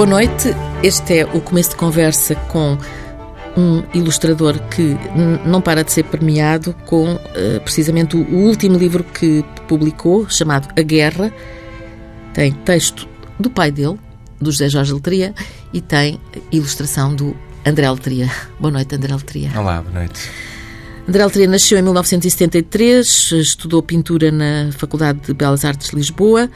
Boa noite, este é o começo de conversa com um ilustrador que não para de ser premiado com precisamente o último livro que publicou, chamado A Guerra. Tem texto do pai dele, do José Jorge Letria, e tem ilustração do André Letria. Boa noite, André Letria. Olá, boa noite. André Letria nasceu em 1973, estudou pintura na Faculdade de Belas Artes de Lisboa,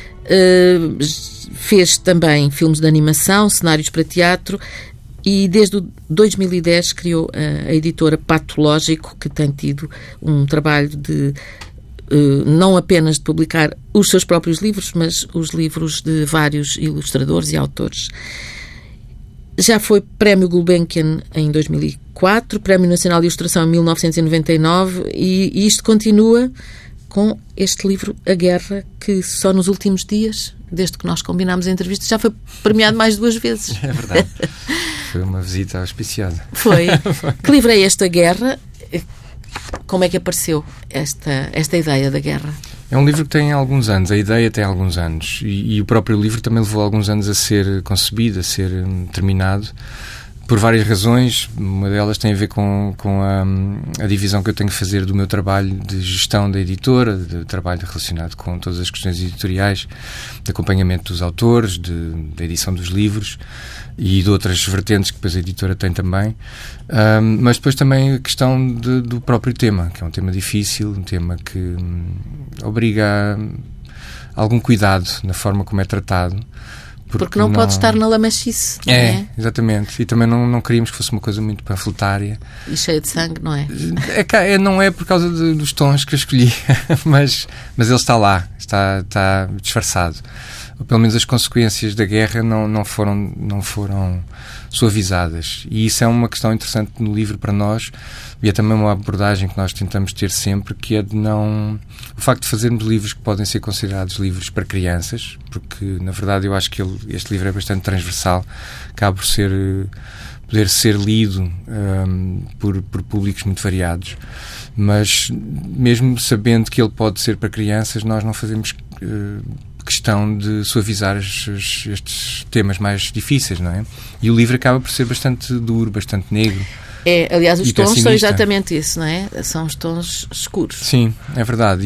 fez também filmes de animação, cenários para teatro e desde 2010 criou a editora Patológico, que tem tido um trabalho de não apenas de publicar os seus próprios livros, mas os livros de vários ilustradores e autores. Já foi Prémio Gulbenkian em 2004, Prémio Nacional de Ilustração em 1999 e isto continua com este livro, A Guerra, que só nos últimos dias, desde que nós combinámos a entrevista, já foi premiado mais 2 vezes. É verdade. Foi uma visita auspiciosa. Foi. Que livro é este, A Guerra? Como é que apareceu esta ideia da guerra? É um livro que tem alguns anos, a ideia tem alguns anos, e o próprio livro também levou alguns anos a ser concebido, a ser terminado, por várias razões. Uma delas tem a ver com a divisão que eu tenho que fazer do meu trabalho de gestão da editora, de trabalho relacionado com todas as questões editoriais, de acompanhamento dos autores, da edição dos livros e de outras vertentes que depois a editora tem também, mas depois também a questão do próprio tema, que é um tema difícil, um tema que obriga a algum cuidado na forma como é tratado. Porque não pode estar na lamachice, não é? Exatamente. E também não queríamos que fosse uma coisa muito panfletária. E cheia de sangue, não é? Não é por causa dos tons que eu escolhi, mas ele está lá, está disfarçado. Ou pelo menos as consequências da guerra não foram suavizadas. E isso é uma questão interessante no livro para nós, e é também uma abordagem que nós tentamos ter sempre, que é o facto de fazermos livros que podem ser considerados livros para crianças, porque na verdade eu acho que este livro é bastante transversal, acaba por poder ser lido por públicos muito variados, mas mesmo sabendo que ele pode ser para crianças, nós não fazemos questão de suavizar estes temas mais difíceis, não é? E o livro acaba por ser bastante duro, bastante negro. Aliás, os tons são exatamente isso, não é? São os tons escuros. Sim, é verdade.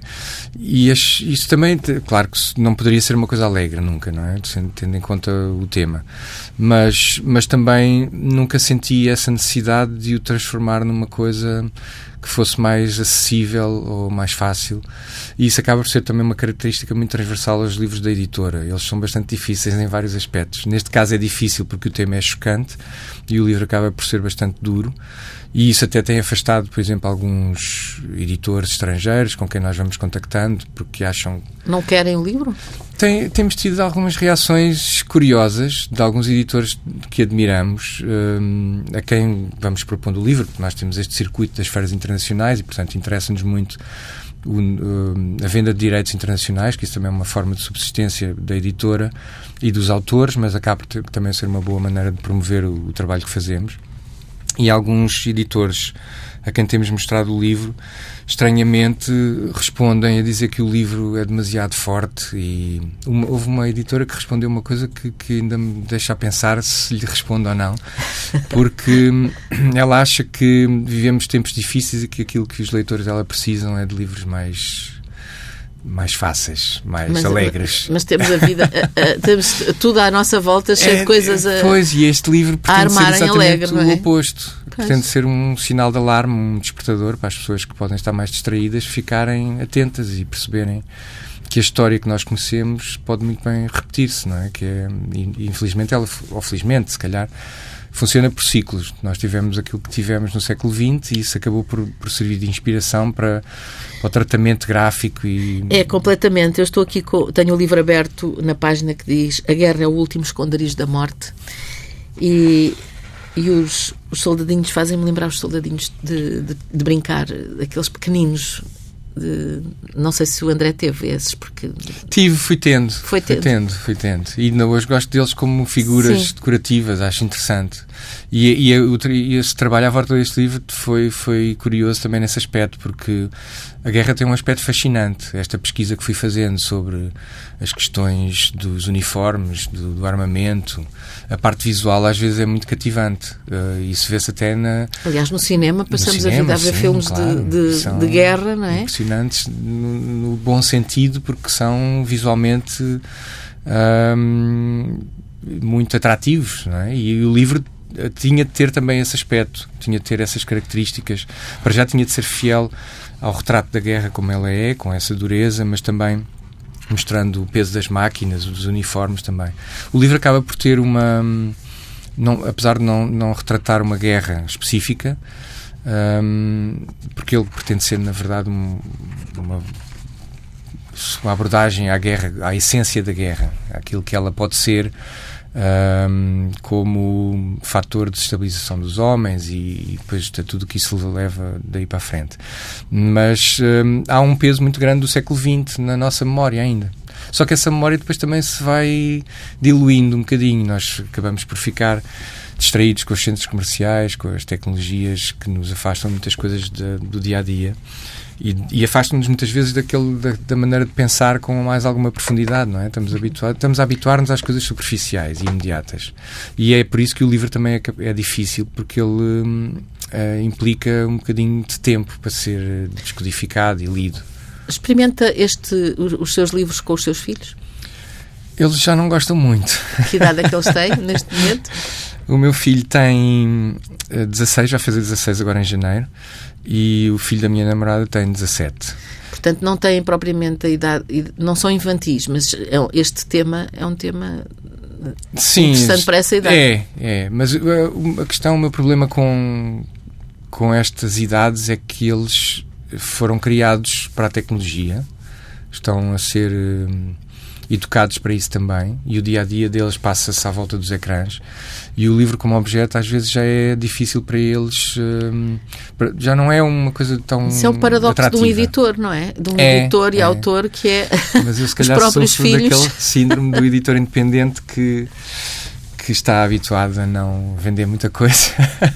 Isso também, claro que não poderia ser uma coisa alegre nunca, não é? Tendo em conta o tema. Mas também nunca senti essa necessidade de o transformar numa coisa que fosse mais acessível ou mais fácil. E isso acaba por ser também uma característica muito transversal aos livros da editora. Eles são bastante difíceis em vários aspectos. Neste caso é difícil porque o tema é chocante e o livro acaba por ser bastante duro. E isso até tem afastado, por exemplo, alguns editores estrangeiros com quem nós vamos contactando, porque acham... Não querem o livro? Temos tido algumas reações curiosas de alguns editores que admiramos, a quem vamos propondo o livro, porque nós temos este circuito das feiras internacionais e, portanto, interessa-nos muito a venda de direitos internacionais, que isso também é uma forma de subsistência da editora e dos autores, mas acaba por também ser uma boa maneira de promover o trabalho que fazemos. E alguns editores a quem temos mostrado o livro, estranhamente respondem a dizer que o livro é demasiado forte, e houve uma editora que respondeu uma coisa que ainda me deixa a pensar se lhe respondo ou não, porque ela acha que vivemos tempos difíceis e que aquilo que os leitores dela precisam é de livros mais fáceis, mais alegres. Mas temos a vida, temos tudo à nossa volta, cheio de coisas Pois, e este livro pretende ser exatamente alegre, o oposto. Pretende ser um sinal de alarme, um despertador para as pessoas que podem estar mais distraídas ficarem atentas e perceberem que a história que nós conhecemos pode muito bem repetir-se, não é? Infelizmente, ou felizmente, se calhar, funciona por ciclos. Nós tivemos aquilo que tivemos no século XX e isso acabou por servir de inspiração para o tratamento gráfico. Completamente. Eu estou aqui, tenho o livro aberto na página que diz A Guerra é o último esconderijo da morte, e os soldadinhos fazem-me lembrar os soldadinhos de brincar, aqueles pequeninos Não sei se o André teve esses, porque... Fui tendo. E ainda hoje gosto deles como figuras decorativas, acho interessante. E esse trabalho à volta deste livro foi curioso também nesse aspecto, porque a guerra tem um aspecto fascinante. Esta pesquisa que fui fazendo sobre as questões dos uniformes, do armamento, a parte visual às vezes é muito cativante. Isso vê-se até Aliás, no cinema passamos a vida a ver filmes de guerra, não é? Impressionantes no bom sentido, porque são visualmente muito atrativos, não é? E o livro tinha de ter também esse aspecto, tinha de ter essas características. Para já tinha de ser fiel ao retrato da guerra como ela é, com essa dureza, mas também mostrando o peso das máquinas, dos uniformes também. O livro acaba por ter apesar de não retratar uma guerra específica, porque ele pretende ser, na verdade, uma abordagem à guerra, à essência da guerra, àquilo que ela pode ser, como fator de estabilização dos homens e depois de tudo que isso leva daí para a frente. Mas há um peso muito grande do século XX na nossa memória ainda. Só que essa memória depois também se vai diluindo um bocadinho. Nós acabamos por ficar distraídos com os centros comerciais, com as tecnologias que nos afastam de muitas coisas do dia-a-dia. E afastam-nos muitas vezes da maneira de pensar com mais alguma profundidade, não é? Estamos a habituar-nos às coisas superficiais e imediatas. E é por isso que o livro também é difícil, porque ele implica um bocadinho de tempo para ser descodificado e lido. Experimenta os seus livros com os seus filhos? Eles já não gostam muito. Que idade é que eles têm neste momento? O meu filho tem 16, vai fazer 16 agora em janeiro, e o filho da minha namorada tem 17. Portanto, não têm propriamente a idade, não são infantis, mas este tema é um tema interessante para essa idade. Mas a questão, o meu problema com estas idades é que eles foram criados para a tecnologia, estão a ser educados para isso também, e o dia-a-dia deles passa-se à volta dos ecrãs, e o livro como objeto às vezes já é difícil para eles, já não é uma coisa tão isso é um paradoxo atrativa. De um editor, não é? De um editor e autor que é mas eu se calhar os próprios sofro filhos. Daquele síndrome do editor independente que está habituado a não vender muita coisa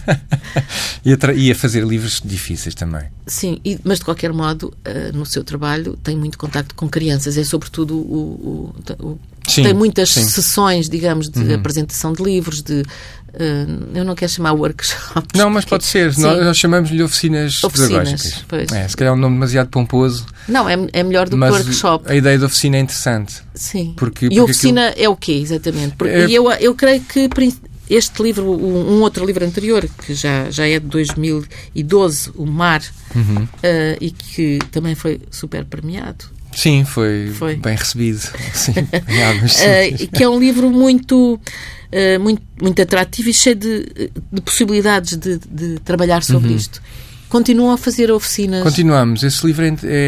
e a fazer livros difíceis também. Sim, mas de qualquer modo, no seu trabalho tem muito contacto com crianças, é sobretudo tem muitas sessões, digamos, de apresentação de livros, eu não quero chamar workshops. Não, mas pode ser. Nós chamamos-lhe oficinas pedagógicas. Se calhar é um nome demasiado pomposo. Não, é melhor do que workshop. A ideia de oficina é interessante. Sim. Porque a oficina é o quê, exatamente? Eu creio que este livro, um outro livro anterior, que já é de 2012, O Mar, e que também foi super premiado. Sim, foi bem recebido. Sim, em alguns sítios. Que é um livro muito atrativo e cheio de possibilidades de trabalhar sobre isto. Continuam a fazer oficinas? Continuamos. Esse livro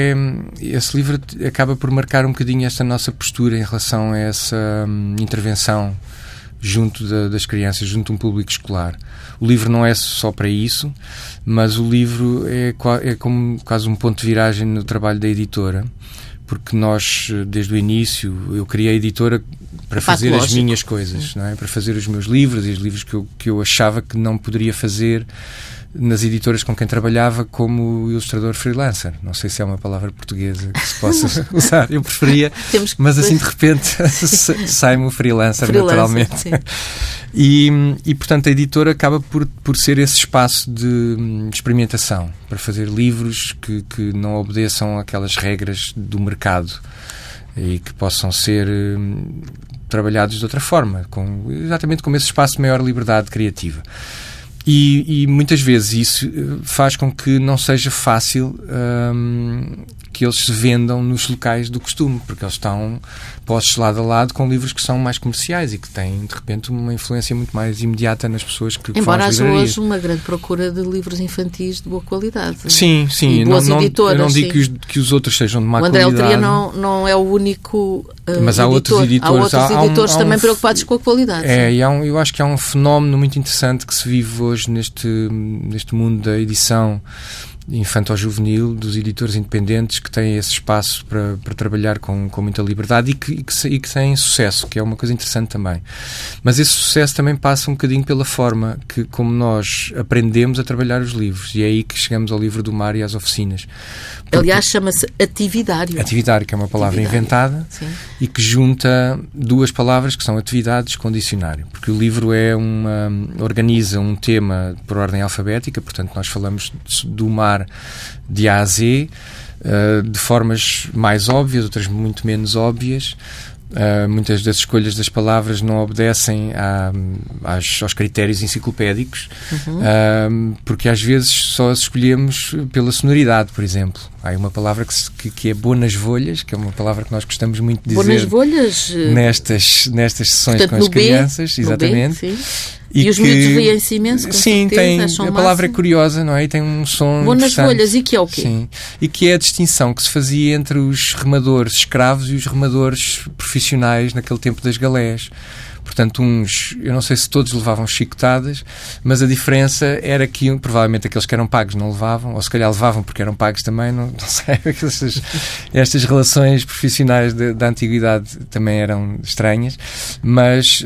acaba por marcar um bocadinho esta nossa postura em relação a essa intervenção junto das crianças, junto de um público escolar. O livro não é só para isso, mas o livro é como quase um ponto de viragem no trabalho da editora, porque nós, desde o início, eu criei a editora para fazer as minhas coisas, não é? Para fazer os meus livros e os livros que eu achava que não poderia fazer nas editoras com quem trabalhava como ilustrador freelancer. Não sei se é uma palavra portuguesa que se possa usar. Eu preferia, mas assim de repente sai-me o freelancer naturalmente. Sim. E portanto a editora acaba por ser esse espaço de experimentação para fazer livros que não obedeçam àquelas regras do mercado e que possam ser trabalhados de outra forma, exatamente com esse espaço de maior liberdade criativa. E muitas vezes isso faz com que não seja fácil que eles se vendam nos locais do costume, porque eles estão postos lado a lado com livros que são mais comerciais e que têm, de repente, uma influência muito mais imediata nas pessoas que embora vão às haja livrarias. Hoje uma grande procura de livros infantis de boa qualidade. Sim. E boas editoras, eu não digo que os outros sejam de má qualidade. O André Letria não é o único mas há editor. Outros editores. Há outros editores também preocupados com a qualidade. Eu acho que há um fenómeno muito interessante que se vive hoje neste mundo da edição infanto-juvenil, dos editores independentes que têm esse espaço para trabalhar com muita liberdade e que têm sucesso, que é uma coisa interessante também. Mas esse sucesso também passa um bocadinho pela forma como nós aprendemos a trabalhar os livros, e é aí que chegamos ao livro do Mar e às oficinas. Aliás, chama-se atividário. Atividário, que é uma palavra inventada. Sim. E que junta duas palavras que são atividades com dicionário, porque o livro organiza um tema por ordem alfabética, portanto nós falamos do mar de A a Z, de formas mais óbvias, outras muito menos óbvias. Muitas das escolhas das palavras não obedecem aos critérios enciclopédicos, porque às vezes só as escolhemos pela sonoridade, por exemplo. Há uma palavra que é boas folhas, que é uma palavra que nós gostamos muito de dizer nestas sessões, portanto, com as crianças, exatamente. B, e os miúdos riem-se imenso, com sim, certeza, a palavra é curiosa, não é? E tem um som boas folhas, e que é o quê? Sim. E que é a distinção que se fazia entre os remadores escravos e os remadores profissionais naquele tempo das galés. Portanto, eu não sei se todos levavam chicotadas, mas a diferença era que provavelmente aqueles que eram pagos não levavam, ou se calhar levavam porque eram pagos também, não sei. Estas relações profissionais da antiguidade também eram estranhas, mas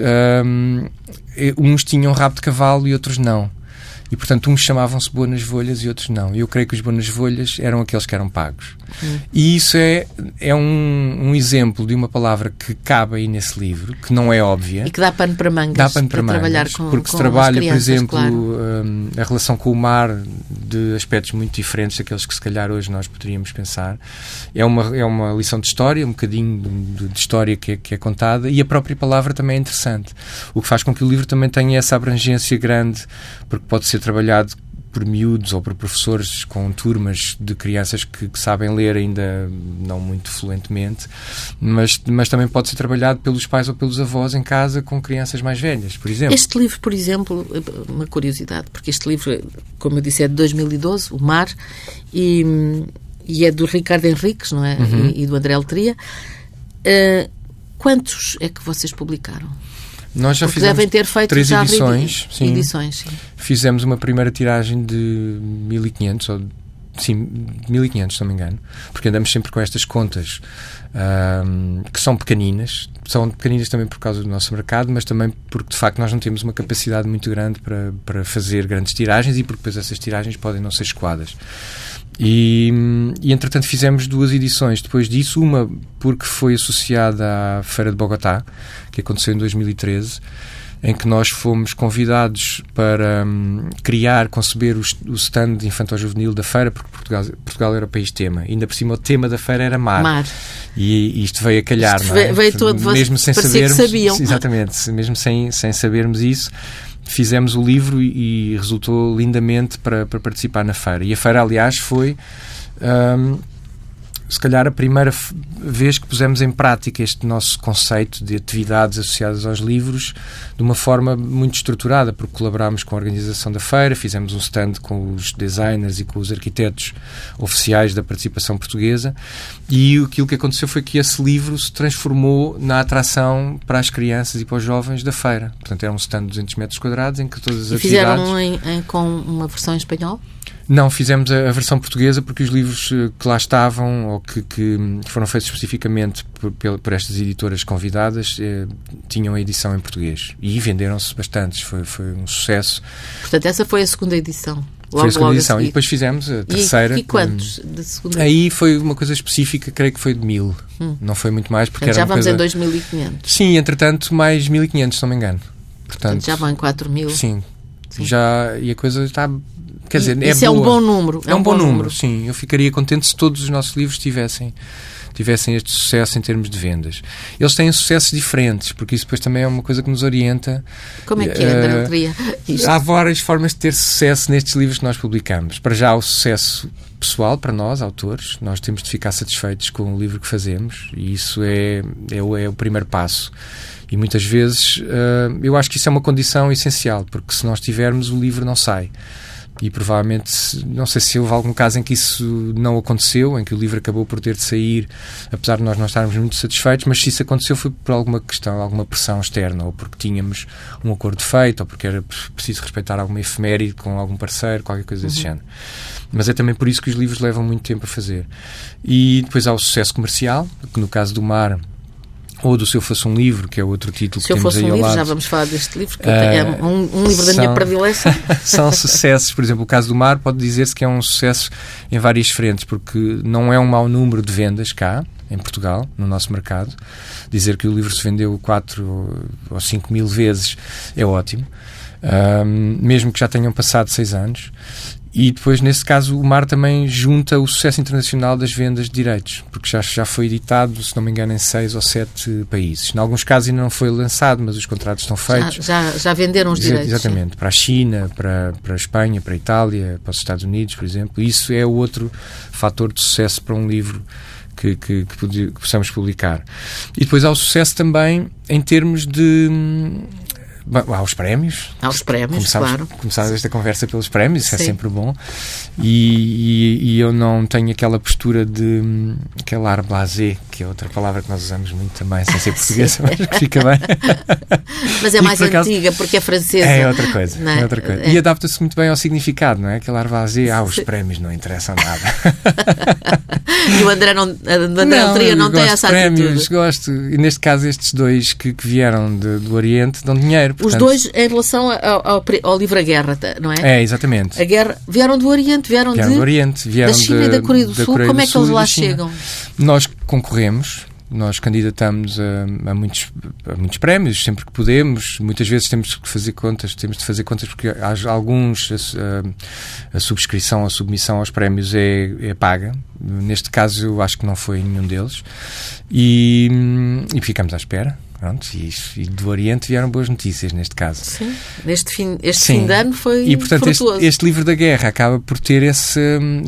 uns tinham rabo de cavalo e outros não. E, portanto, uns chamavam-se boas folhas e outros não. E eu creio que os boas folhas eram aqueles que eram pagos. E isso é um exemplo de uma palavra que cabe aí nesse livro, que não é óbvia. E que dá pano para mangas. Dá pano para trabalhar com porque se com trabalha, crianças, por exemplo, claro, a relação com o mar de aspectos muito diferentes daqueles que se calhar hoje nós poderíamos pensar. É uma lição de história, um bocadinho de história que é contada, e a própria palavra também é interessante. O que faz com que o livro também tenha essa abrangência grande, porque pode ser trabalhado por miúdos ou por professores com turmas de crianças que sabem ler ainda não muito fluentemente, mas também pode ser trabalhado pelos pais ou pelos avós em casa com crianças mais velhas, por exemplo. Este livro, por exemplo, uma curiosidade, porque este livro, como eu disse, é de 2012, O Mar, e é do Ricardo Henriques, não é? E do André Letria. Quantos é que vocês publicaram? Nós já fizemos devem ter feito 3 já edições. Sim. Edições, sim. Fizemos uma primeira tiragem de 1500, ou sim, 1500, se não me engano, porque andamos sempre com estas contas que são pequeninas. São pequeninas também por causa do nosso mercado, mas também porque, de facto, nós não temos uma capacidade muito grande para fazer grandes tiragens, e porque depois essas tiragens podem não ser escoadas. E entretanto fizemos 2 edições depois disso, uma porque foi associada à Feira de Bogotá, que aconteceu em 2013, em que nós fomos convidados para conceber o stand infanto-juvenil da feira, porque Portugal era o país tema. Ainda por cima o tema da feira era mar. E isto veio a calhar, isto não é? Veio todo, mesmo sem sabermos, que sabiam. Exatamente, mesmo sem sabermos isso, fizemos o livro e resultou lindamente para participar na feira. E a feira, aliás, foi se calhar a primeira vez que pusemos em prática este nosso conceito de atividades associadas aos livros de uma forma muito estruturada, porque colaborámos com a organização da feira, fizemos um stand com os designers e com os arquitetos oficiais da participação portuguesa, e aquilo que aconteceu foi que esse livro se transformou na atração para as crianças e para os jovens da feira. Portanto, era um stand de 200 metros quadrados em que todas as atividades... Fizeram com uma versão em espanhol? Não, fizemos a versão portuguesa porque os livros que lá estavam ou que foram feitos especificamente por estas editoras convidadas tinham a edição em português e venderam-se bastantes, foi um sucesso. Portanto, essa foi a segunda edição. Foi a segunda edição e depois fizemos a terceira. E quantos de segunda? Aí foi uma coisa específica, creio que foi de 1000. Não foi muito mais porque portanto, era já vamos coisa... em 2500. Sim, entretanto mais 1500, se não me engano. Portanto, já vão em 4000. Sim. Já, e a coisa está... Quer dizer, isso é um bom número. É um bom número, sim. Eu ficaria contente se todos os nossos livros tivessem este sucesso em termos de vendas. Eles têm sucessos diferentes, porque isso depois também é uma coisa que nos orienta. Como é que é, André Letria? Há várias formas de ter sucesso nestes livros que nós publicamos. Para já, o sucesso pessoal, para nós, autores, nós temos de ficar satisfeitos com o livro que fazemos, e isso é o primeiro passo. E muitas vezes eu acho que isso é uma condição essencial, porque se nós tivermos, o livro não sai. E provavelmente, não sei se houve algum caso em que isso não aconteceu, em que o livro acabou por ter de sair, apesar de nós não estarmos muito satisfeitos, mas se isso aconteceu foi por alguma questão, alguma pressão externa, ou porque tínhamos um acordo feito, ou porque era preciso respeitar alguma efeméride com algum parceiro, qualquer coisa desse género. Mas é também por isso que os livros levam muito tempo a fazer. E depois há o sucesso comercial, que no caso do Mar, ou do Se Eu Fosse um Livro, que é outro título que temos aí ao lado. Se Eu Fosse um Livro, já vamos falar deste livro, que é um livro da minha predileção. São sucessos, por exemplo, o caso do Mar pode dizer-se que é um sucesso em várias frentes, porque não é um mau número de vendas cá, em Portugal, no nosso mercado. Dizer que o livro se vendeu 4 ou 5 mil vezes é ótimo, mesmo que já tenham passado 6 anos. E depois, nesse caso, o Mar também junta o sucesso internacional das vendas de direitos, porque já foi editado, se não me engano, em 6 ou 7 países. Em alguns casos ainda não foi lançado, mas os contratos estão feitos. Já venderam os direitos. Exatamente. Sim. Para a China, para a Espanha, para a Itália, para os Estados Unidos, por exemplo. Isso é outro fator de sucesso para um livro que possamos publicar. E depois há o sucesso também em termos de... Bom, há os prémios. Há os prémios, claro. Começámos esta conversa pelos prémios, isso é sempre bom. E eu não tenho aquela postura de... aquele ar blasé, que é outra palavra que nós usamos muito também, sem ser portuguesa, mas que fica bem. Mas é mais antiga, porque é francesa. É outra coisa. É outra coisa. E adapta-se muito bem ao significado, não é? Aquele ar blasé, os prémios não interessam nada. E o André Letria não tem essa prémios, atitude. Gosto. E neste caso, estes dois que vieram do Oriente dão dinheiro. Portanto, os dois em relação ao livro A Guerra, não é? É, exatamente. A Guerra vieram do Oriente, vieram do Oriente, da China e da Coreia do Sul. Como é que eles lá chegam? Nós concorremos. Nós candidatamos a muitos prémios, sempre que podemos. Muitas vezes temos de fazer contas porque há alguns a subscrição, a submissão aos prémios é paga. Neste caso, eu acho que não foi nenhum deles. E ficamos à espera. Pronto, e do Oriente vieram boas notícias neste caso. Sim, este fim de ano foi e, portanto, frutuoso. Este livro da guerra acaba por ter essa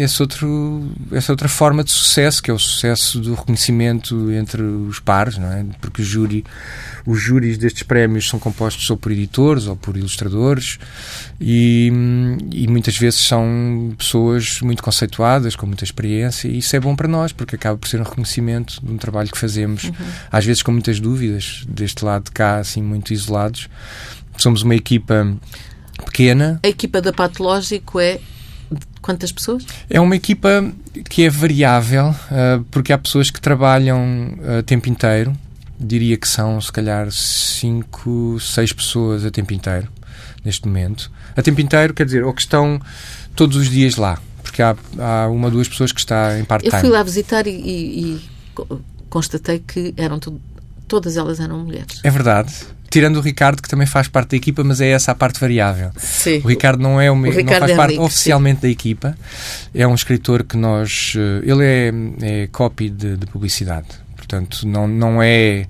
outra forma de sucesso, que é o sucesso do reconhecimento entre os pares, não é? Porque os júris destes prémios são compostos ou por editores ou por ilustradores e muitas vezes são pessoas muito conceituadas, com muita experiência, e isso é bom para nós, porque acaba por ser um reconhecimento de um trabalho que fazemos, às vezes com muitas dúvidas, deste lado de cá, assim, muito isolados. Somos uma equipa pequena. A equipa da Patológico é de quantas pessoas? É uma equipa que é variável, porque há pessoas que trabalham a tempo inteiro. Diria que são, se calhar, 5, 6 pessoas a tempo inteiro, neste momento. A tempo inteiro, quer dizer, ou que estão todos os dias lá, porque há 1 ou 2 pessoas que está em part-time. Eu fui lá visitar e constatei que todas elas eram mulheres. É verdade. Tirando o Ricardo, que também faz parte da equipa, mas é essa a parte variável. Sim. O Ricardo não faz parte oficialmente da equipa. É um escritor que ele é copy de publicidade. Portanto, não é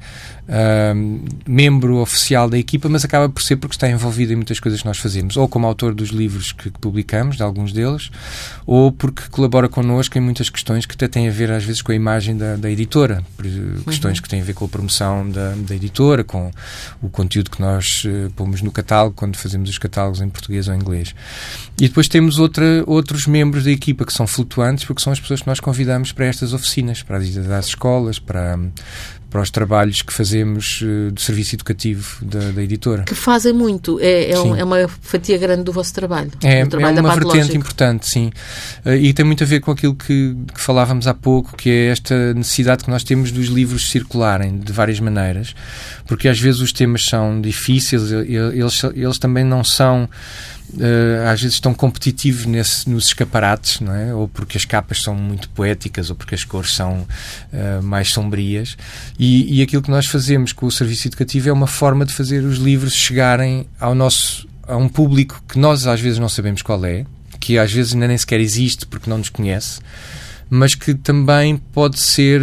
membro oficial da equipa, mas acaba por ser porque está envolvido em muitas coisas que nós fazemos, ou como autor dos livros que publicamos, de alguns deles, ou porque colabora connosco em muitas questões que até têm a ver às vezes com a imagem da editora, questões que têm a ver com a promoção da editora, com o conteúdo que nós pomos no catálogo, quando fazemos os catálogos em português ou em inglês. E depois temos outros membros da equipa que são flutuantes, porque são as pessoas que nós convidamos para estas oficinas, para as idas às escolas, para os trabalhos que fazemos de serviço educativo da editora. Que fazem muito. É uma fatia grande do vosso trabalho. É uma vertente importante, sim. E tem muito a ver com aquilo que falávamos há pouco, que é esta necessidade que nós temos dos livros circularem de várias maneiras, porque às vezes os temas são difíceis, eles também não são... às vezes estão competitivos nos escaparates, não é? Ou porque as capas são muito poéticas, ou porque as cores são mais sombrias, e aquilo que nós fazemos com o serviço educativo é uma forma de fazer os livros chegarem a um público que nós às vezes não sabemos qual é, que às vezes ainda nem sequer existe porque não nos conhece, mas que também pode ser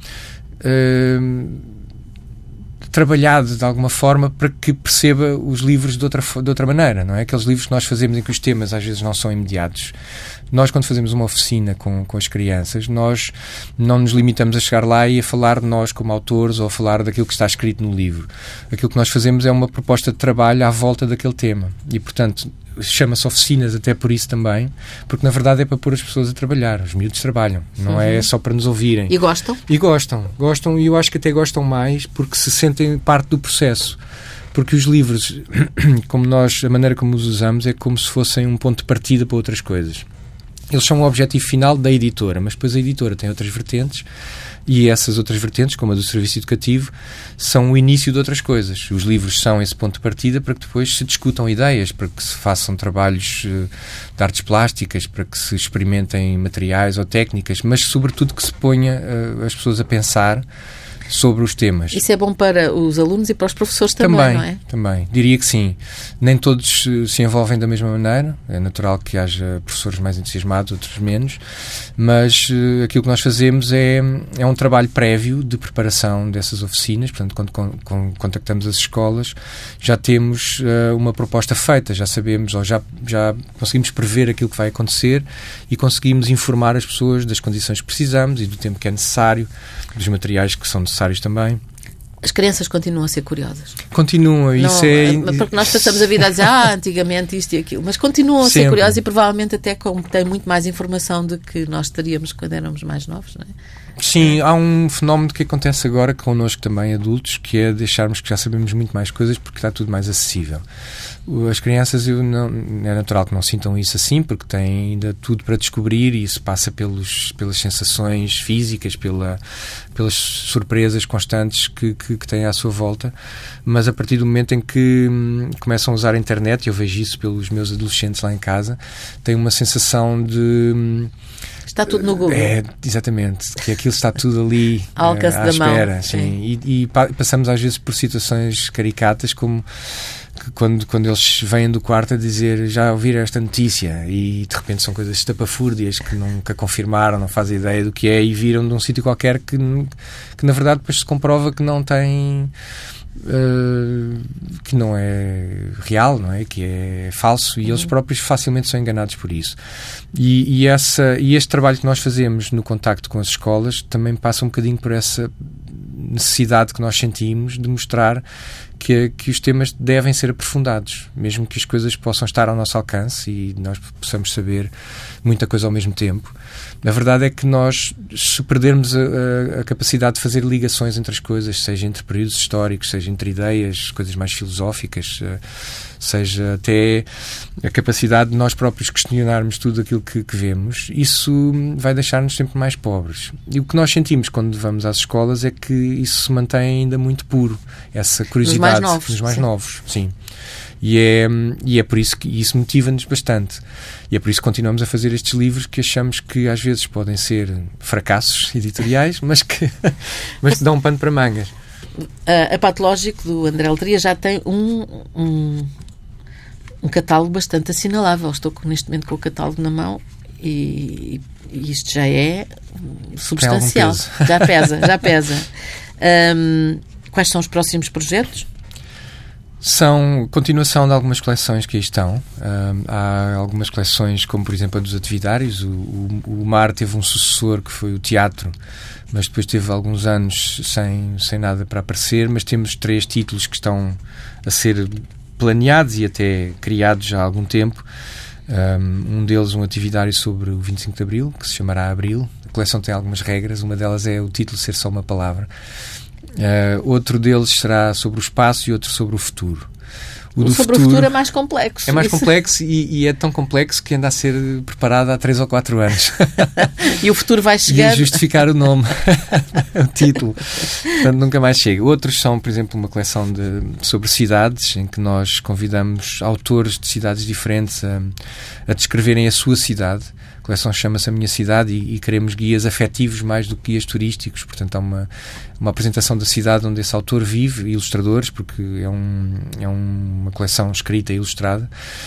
trabalhado de alguma forma para que perceba os livros de outra maneira, não é? Aqueles livros que nós fazemos em que os temas às vezes não são imediatos. Nós, quando fazemos uma oficina com as crianças, nós não nos limitamos a chegar lá e a falar de nós como autores ou a falar daquilo que está escrito no livro. Aquilo que nós fazemos é uma proposta de trabalho à volta daquele tema. E, portanto, chama-se oficinas até por isso também, porque na verdade é para pôr as pessoas a trabalhar, os miúdos trabalham, não é só para nos ouvirem. E gostam? E gostam, e eu acho que até gostam mais porque se sentem parte do processo. Porque os livros, a maneira como os usamos é como se fossem um ponto de partida para outras coisas. Eles são o objetivo final da editora, mas depois a editora tem outras vertentes, e essas outras vertentes, como a do serviço educativo, são o início de outras coisas. Os livros são esse ponto de partida para que depois se discutam ideias, para que se façam trabalhos de artes plásticas, para que se experimentem materiais ou técnicas, mas sobretudo que se ponha as pessoas a pensar sobre os temas. Isso é bom para os alunos e para os professores também, não é? Também. Diria que sim. Nem todos se envolvem da mesma maneira. É natural que haja professores mais entusiasmados, outros menos. Mas aquilo que nós fazemos é um trabalho prévio de preparação dessas oficinas. Portanto, quando contactamos as escolas, já temos uma proposta feita. Já sabemos, ou já conseguimos prever aquilo que vai acontecer e conseguimos informar as pessoas das condições que precisamos e do tempo que é necessário, dos materiais que são necessários também. As crianças continuam a ser curiosas. Continuam, isso porque nós passamos a vida a dizer antigamente isto e aquilo, mas continuam a ser curiosas e provavelmente até têm muito mais informação do que nós teríamos quando éramos mais novos, não é? Sim, há um fenómeno que acontece agora connosco também, adultos, que é deixarmos que já sabemos muito mais coisas porque está tudo mais acessível. As crianças, é natural que não sintam isso assim, porque têm ainda tudo para descobrir e isso passa pelas sensações físicas, pelas surpresas constantes que têm à sua volta, mas a partir do momento em que começam a usar a internet, e eu vejo isso pelos meus adolescentes lá em casa, têm uma sensação de... Está tudo no Google. Exatamente, que aquilo está tudo ali ao alcance à da espera. mão. Sim. E passamos às vezes por situações caricatas, como que quando eles vêm do quarto a dizer já ouviram esta notícia, e de repente são coisas estapafúrdias que nunca confirmaram, não fazem ideia do que é, e viram de um sítio qualquer que na verdade depois se comprova que não tem... que não é real, não é? Que é falso, e eles próprios facilmente são enganados por isso. E este trabalho que nós fazemos no contacto com as escolas também passa um bocadinho por essa necessidade que nós sentimos de mostrar que os temas devem ser aprofundados, mesmo que as coisas possam estar ao nosso alcance e nós possamos saber muita coisa ao mesmo tempo. A verdade é que nós, se perdermos a capacidade de fazer ligações entre as coisas, seja entre períodos históricos, seja entre ideias, coisas mais filosóficas, seja até a capacidade de nós próprios questionarmos tudo aquilo que vemos, isso vai deixar-nos sempre mais pobres. E o que nós sentimos quando vamos às escolas é que isso se mantém ainda muito puro, essa curiosidade nos mais novos, sim. E é por isso que isso motiva-nos bastante. E é por isso que continuamos a fazer estes livros que achamos que às vezes podem ser fracassos editoriais, mas que dão um pano para mangas. A Patológico, do André Letria, já tem um catálogo bastante assinalável. Estou neste momento com o catálogo na mão e isto já é substancial. Já pesa. Quais são os próximos projetos? São continuação de algumas coleções que aí estão. Há algumas coleções, como por exemplo a dos atividários. O Mar teve um sucessor que foi o teatro, mas depois teve alguns anos sem nada para aparecer, mas temos 3 títulos que estão a ser planeados e até criados já há algum tempo. Um deles, um atividário sobre o 25 de Abril, que se chamará Abril. A coleção tem algumas regras, uma delas é o título ser só uma palavra. Outro deles será sobre o espaço e outro sobre o futuro. O futuro é mais complexo. É mais complexo e é tão complexo que anda a ser preparado há 3 ou 4 anos. E o futuro vai chegar. E justificar o nome, o título. Portanto, nunca mais chega. Outros são, por exemplo, uma coleção sobre cidades, em que nós convidamos autores de cidades diferentes a descreverem a sua cidade. A coleção chama-se A Minha Cidade e queremos guias afetivos mais do que guias turísticos. Portanto, há uma apresentação da cidade onde esse autor vive, ilustradores, porque é uma coleção escrita e ilustrada,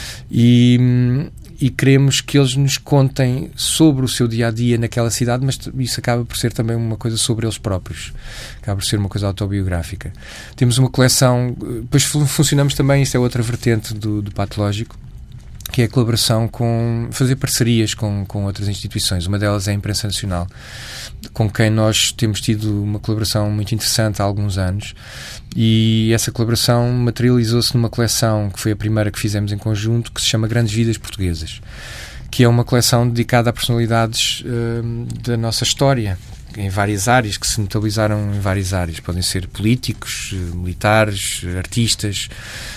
e queremos que eles nos contem sobre o seu dia-a-dia naquela cidade, mas isso acaba por ser também uma coisa sobre eles próprios. Acaba por ser uma coisa autobiográfica. Temos uma coleção... Depois funcionamos também, isso é outra vertente do Patológico, que é a colaboração fazer parcerias com outras instituições. Uma delas é a Imprensa Nacional, com quem nós temos tido uma colaboração muito interessante há alguns anos, e essa colaboração materializou-se numa coleção que foi a primeira que fizemos em conjunto, que se chama Grandes Vidas Portuguesas, que é uma coleção dedicada a personalidades da nossa história, em várias áreas, que se notabilizaram em várias áreas. Podem ser políticos, militares, artistas.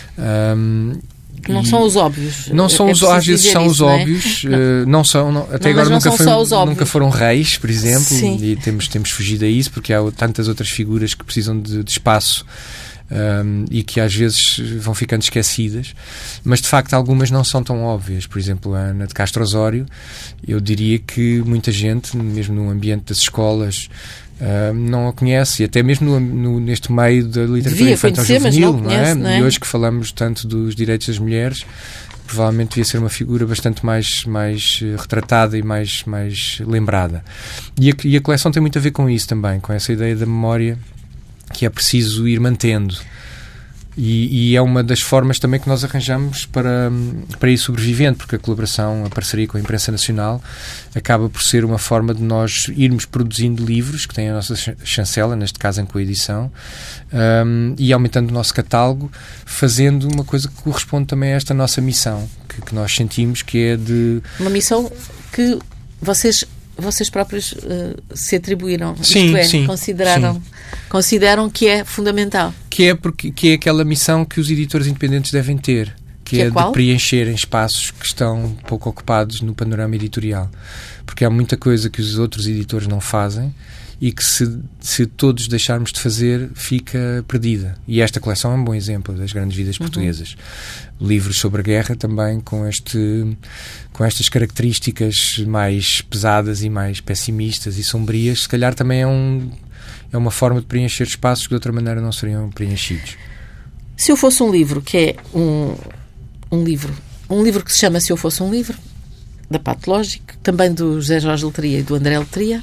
Não são os óbvios. Não são às vezes são os óbvios. Não são, até agora nunca foram reis, por exemplo. Sim. E temos fugido a isso, porque há tantas outras figuras que precisam de espaço. E que às vezes vão ficando esquecidas, mas de facto algumas não são tão óbvias. Por exemplo, a Ana de Castro Osório, eu diria que muita gente, mesmo no ambiente das escolas, não a conhece, e até mesmo neste meio da literatura infantil-juvenil, não é? E hoje que falamos tanto dos direitos das mulheres, provavelmente devia ser uma figura bastante mais retratada e mais lembrada. E a coleção tem muito a ver com isso também, com essa ideia da memória que é preciso ir mantendo. E é uma das formas também que nós arranjamos para ir sobrevivendo, porque a colaboração, a parceria com a Imprensa Nacional acaba por ser uma forma de nós irmos produzindo livros, que têm a nossa chancela, neste caso em coedição, e aumentando o nosso catálogo, fazendo uma coisa que corresponde também a esta nossa missão, que nós sentimos que é de... Uma missão que vocês próprios se atribuíram, sim, consideram que é fundamental. Que é aquela missão que os editores independentes devem ter, que é de preencherem espaços que estão pouco ocupados no panorama editorial. Porque há muita coisa que os outros editores não fazem e que se todos deixarmos de fazer, fica perdida. E esta coleção é um bom exemplo das Grandes Vidas Portuguesas. Livros sobre a guerra também com estas características mais pesadas e mais pessimistas e sombrias. Se calhar também é uma forma de preencher espaços que de outra maneira não seriam preenchidos. Se Eu Fosse um Livro, que é um livro que se chama Se Eu Fosse um Livro, da Patológico, também do José Jorge Letria e do André Letria,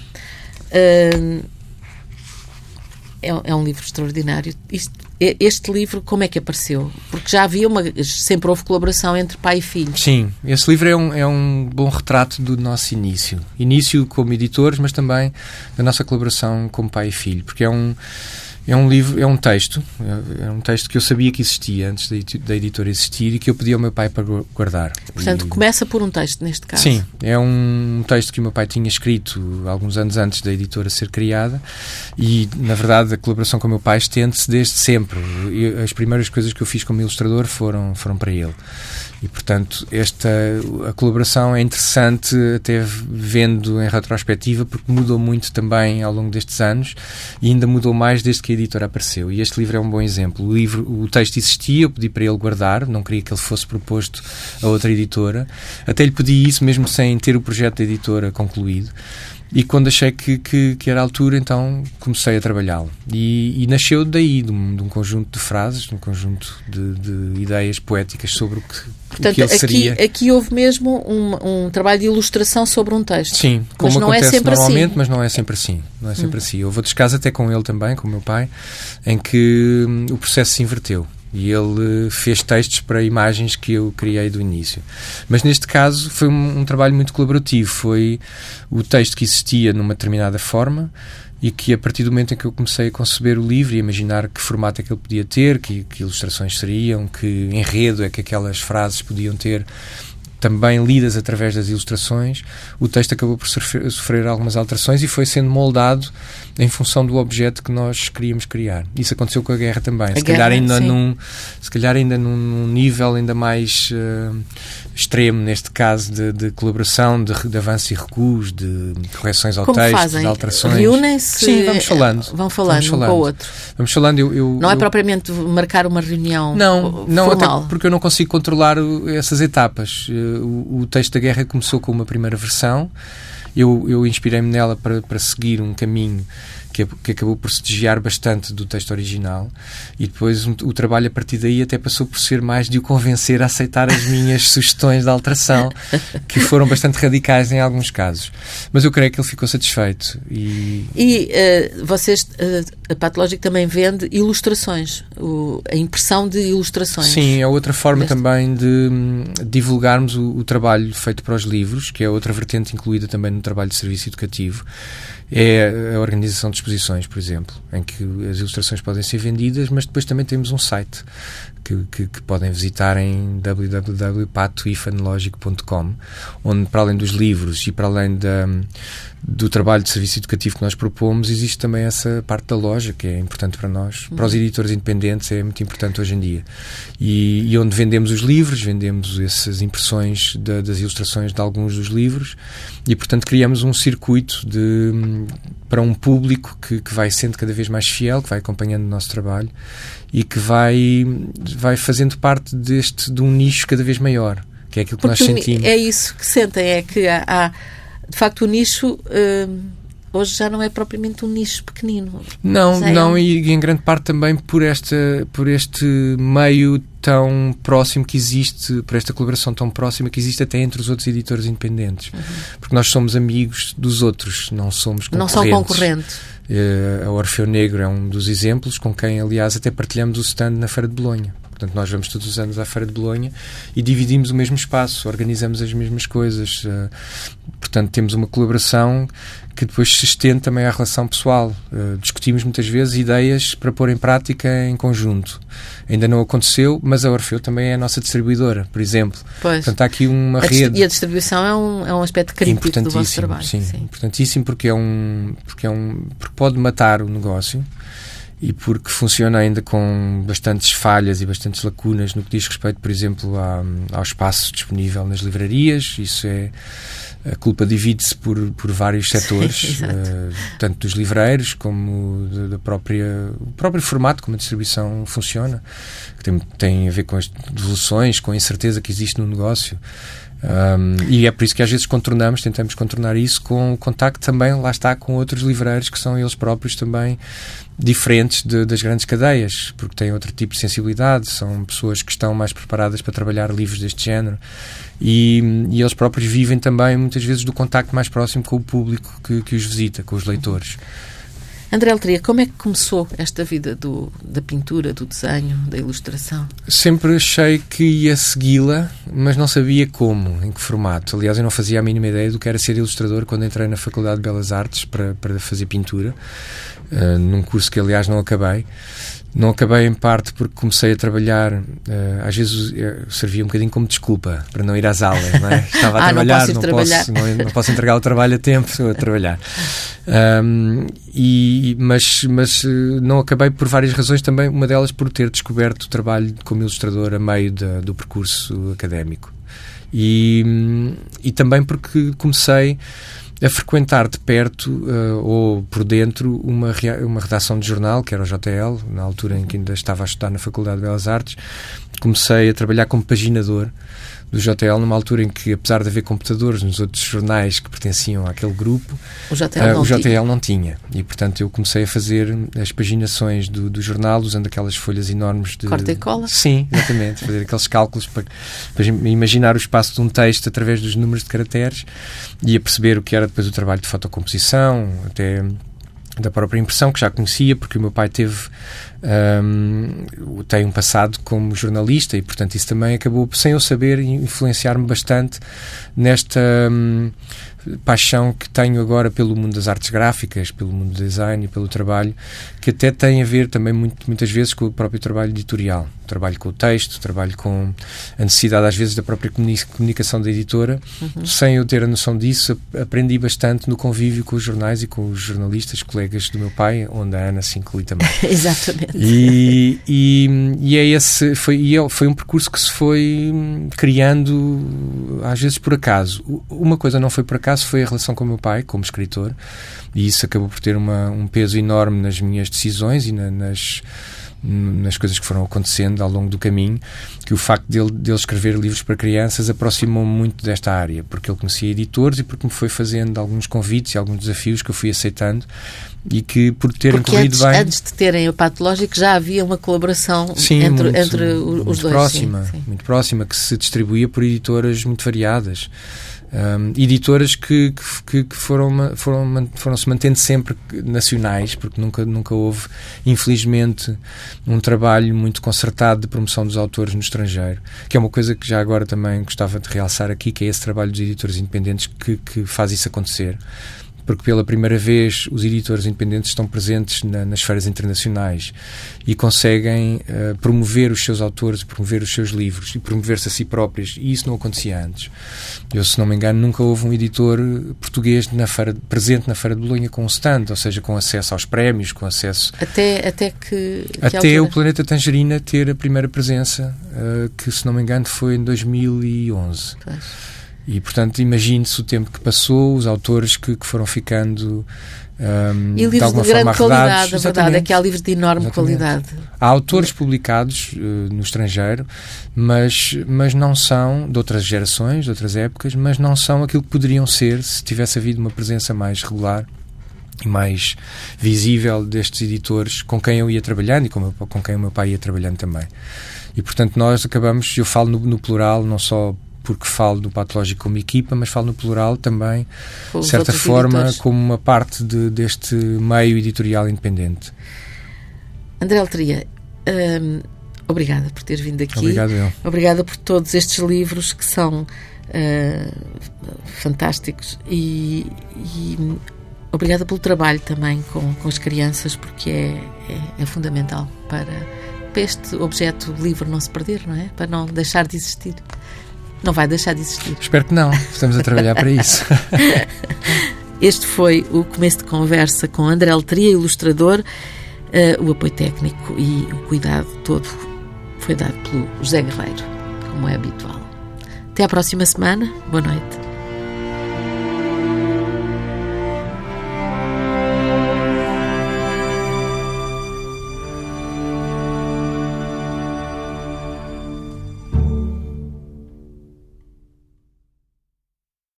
é um livro extraordinário. Este livro, como é que apareceu? Porque já havia sempre houve colaboração entre pai e filho. Sim, esse livro é um bom retrato do nosso início. Início como editores, mas também da nossa colaboração como pai e filho. Porque é um texto que eu sabia que existia antes da editora existir e que eu pedi ao meu pai para guardar. Portanto, começa por um texto, neste caso. Sim, é um texto que o meu pai tinha escrito alguns anos antes da editora ser criada e, na verdade, a colaboração com o meu pai estende-se desde sempre. As primeiras coisas que eu fiz como ilustrador foram para ele. E, portanto, a colaboração é interessante até vendo em retrospectiva, porque mudou muito também ao longo destes anos e ainda mudou mais desde que a editora apareceu. E este livro é um bom exemplo. O texto existia, eu pedi para ele guardar, não queria que ele fosse proposto a outra editora. Até lhe pedi isso mesmo sem ter o projeto da editora concluído. E quando achei que era a altura, então comecei a trabalhá-lo. E nasceu daí, de um conjunto de frases, de um conjunto de ideias poéticas sobre o que ele seria. Aqui houve mesmo um trabalho de ilustração sobre um texto. Sim, como acontece normalmente, mas não é sempre assim. Não é sempre assim. Houve outros casos, até com ele também, com o meu pai, em que o processo se inverteu. E ele fez textos para imagens que eu criei do início. Mas neste caso foi um trabalho muito colaborativo. Foi o texto que existia numa determinada forma e que a partir do momento em que eu comecei a conceber o livro e a imaginar que formato é que ele podia ter, que ilustrações seriam, que enredo é que aquelas frases podiam ter, também lidas através das ilustrações, o texto acabou por sofrer algumas alterações e foi sendo moldado em função do objeto que nós queríamos criar. Isso aconteceu com a guerra também. Se calhar ainda num nível ainda mais extremo, neste caso de colaboração, de avanços e recuos, de correções ao texto, fazem? De alterações. Reúnem-se? Sim, vamos falando. Vão falando um com o outro. Vamos falando. Não é propriamente marcar uma reunião Não, formal. até porque eu não consigo controlar essas etapas. O texto da guerra começou com uma primeira versão. Eu inspirei-me nela para seguir um caminho que acabou por se desviar bastante do texto original, e depois o trabalho a partir daí até passou por ser mais de o convencer a aceitar as minhas sugestões de alteração, que foram bastante radicais em alguns casos. Mas eu creio que ele ficou satisfeito. Vocês, a Patológico também vende ilustrações, a impressão de ilustrações. Sim, é outra forma também de divulgarmos o trabalho feito para os livros, que é outra vertente incluída também no trabalho de serviço educativo. É a organização de exposições, por exemplo, em que as ilustrações podem ser vendidas, mas depois também temos um site que podem visitar em www.patoifanologico.com, onde, para além dos livros e para além do trabalho de serviço educativo que nós propomos, existe também essa parte da loja, que é importante para nós. Para os editores independentes é muito importante hoje em dia. E onde vendemos os livros, vendemos essas impressões das ilustrações de alguns dos livros, e, portanto, criamos um circuito para um público que vai sendo cada vez mais fiel, que vai acompanhando o nosso trabalho e que vai fazendo parte de um nicho cada vez maior, que é aquilo que nós sentimos. É isso que sentem, é que há de facto o nicho hoje já não é propriamente um nicho pequenino. Não, e em grande parte também por este meio tão próximo que existe, por esta colaboração tão próxima que existe até entre os outros editores independentes. Porque nós somos amigos dos outros, não somos concorrentes. Não são concorrentes. A Orfeu Negro é um dos exemplos, com quem, aliás, até partilhamos o stand na Feira de Bolonha. Portanto, nós vamos todos os anos à Feira de Bolonha e dividimos o mesmo espaço, organizamos as mesmas coisas. Portanto, temos uma colaboração que depois se estende também à relação pessoal. Discutimos muitas vezes ideias para pôr em prática em conjunto. Ainda não aconteceu, mas a Orfeu também é a nossa distribuidora, por exemplo. Pois. Portanto, há aqui uma rede. E a distribuição é um aspecto crítico do vosso trabalho. Sim, importantíssimo, porque pode matar o negócio. E porque funciona ainda com bastantes falhas e bastantes lacunas no que diz respeito, por exemplo, ao espaço disponível nas livrarias. Isso a culpa divide-se por vários setores, tanto dos livreiros como o próprio formato como a distribuição funciona, que tem a ver com as devoluções, com a incerteza que existe no negócio. E é por isso que às vezes tentamos contornar isso com o contacto também, lá está, com outros livreiros que são eles próprios também diferentes das grandes cadeias, porque têm outro tipo de sensibilidade, são pessoas que estão mais preparadas para trabalhar livros deste género e eles próprios vivem também muitas vezes do contacto mais próximo com o público que os visita, com os leitores. André Letria, como é que começou esta vida da pintura, do desenho, da ilustração? Sempre achei que ia segui-la, mas não sabia como, em que formato. Aliás, eu não fazia a mínima ideia do que era ser ilustrador quando entrei na Faculdade de Belas Artes para fazer pintura, num curso que, aliás, não acabei. Não acabei em parte porque comecei a trabalhar, às vezes servia um bocadinho como desculpa para não ir às aulas, não é? Estava a trabalhar, não posso entregar o trabalho a tempo, estou a trabalhar. Mas não acabei por várias razões também, uma delas por ter descoberto o trabalho como ilustrador a meio do percurso académico. E também porque comecei a frequentar de perto ou por dentro uma redação de jornal, que era o JL, na altura em que ainda estava a estudar na Faculdade de Belas Artes. Comecei a trabalhar como paginador do JL, numa altura em que, apesar de haver computadores nos outros jornais que pertenciam àquele grupo, o JL não tinha. E, portanto, eu comecei a fazer as paginações do jornal, usando aquelas folhas enormes de... Corta e cola? Sim, exatamente. Fazer aqueles cálculos para imaginar o espaço de um texto através dos números de caracteres e a perceber o que era depois o trabalho de fotocomposição, até da própria impressão, que já conhecia, porque o meu pai tem um passado como jornalista e, portanto, isso também acabou, sem eu saber, influenciar-me bastante nesta paixão que tenho agora pelo mundo das artes gráficas, pelo mundo do design e pelo trabalho, que até tem a ver também muitas vezes com o próprio trabalho editorial. Trabalho com o texto, trabalho com a necessidade às vezes da própria comunicação da editora. Sem eu ter a noção disso, aprendi bastante no convívio com os jornais e com os jornalistas, colegas do meu pai, onde a Ana se inclui também. Exatamente. Foi um percurso que se foi criando às vezes por acaso. Uma coisa não foi por acaso, foi a relação com o meu pai como escritor, e isso acabou por ter um peso enorme nas minhas decisões e nas coisas que foram acontecendo ao longo do caminho, que o facto dele escrever livros para crianças aproximou-me muito desta área, porque ele conhecia editores e porque me foi fazendo alguns convites e alguns desafios que eu fui aceitando e que, por terem corrido bem... Antes de terem o Patológico já havia uma colaboração entre os dois. Próxima, muito próxima, que se distribuía por editoras muito variadas. Editoras que foram-se mantendo sempre nacionais, porque nunca houve, infelizmente, um trabalho muito concertado de promoção dos autores no estrangeiro, que é uma coisa que já agora também gostava de realçar aqui, que é esse trabalho dos editores independentes que faz isso acontecer. Porque pela primeira vez os editores independentes estão presentes nas feiras internacionais e conseguem promover os seus autores, promover os seus livros e promover-se a si próprios, e isso não acontecia antes. Eu, se não me engano, nunca houve um editor português presente na Feira de Bolonha com um stand, ou seja, com acesso aos prémios, com acesso... Até o Planeta Tangerina ter a primeira presença, que, se não me engano, foi em 2011. Pois. E, portanto, imagine-se o tempo que passou, os autores que foram ficando e de alguma forma grande qualidade, a verdade é que há livros de enorme qualidade. Há autores publicados no estrangeiro, mas não são, de outras gerações, de outras épocas, mas não são aquilo que poderiam ser se tivesse havido uma presença mais regular e mais visível destes editores com quem eu ia trabalhando e com quem o meu pai ia trabalhando também. E, portanto, nós acabamos, eu falo no plural, não só porque falo do Patológico como equipa, mas falo no plural também, de certa forma, editores, como uma parte deste meio editorial independente. André Letria, obrigada por ter vindo aqui. Obrigado eu. Obrigada por todos estes livros que são fantásticos e obrigada pelo trabalho também com as crianças, porque é fundamental para este objeto livre não se perder, não é? Para não deixar de existir. Não vai deixar de existir. Espero que não. Estamos a trabalhar para isso. Este foi o começo de conversa com André Letria, ilustrador. O apoio técnico e o cuidado todo foi dado pelo José Guerreiro, como é habitual. Até à próxima semana. Boa noite.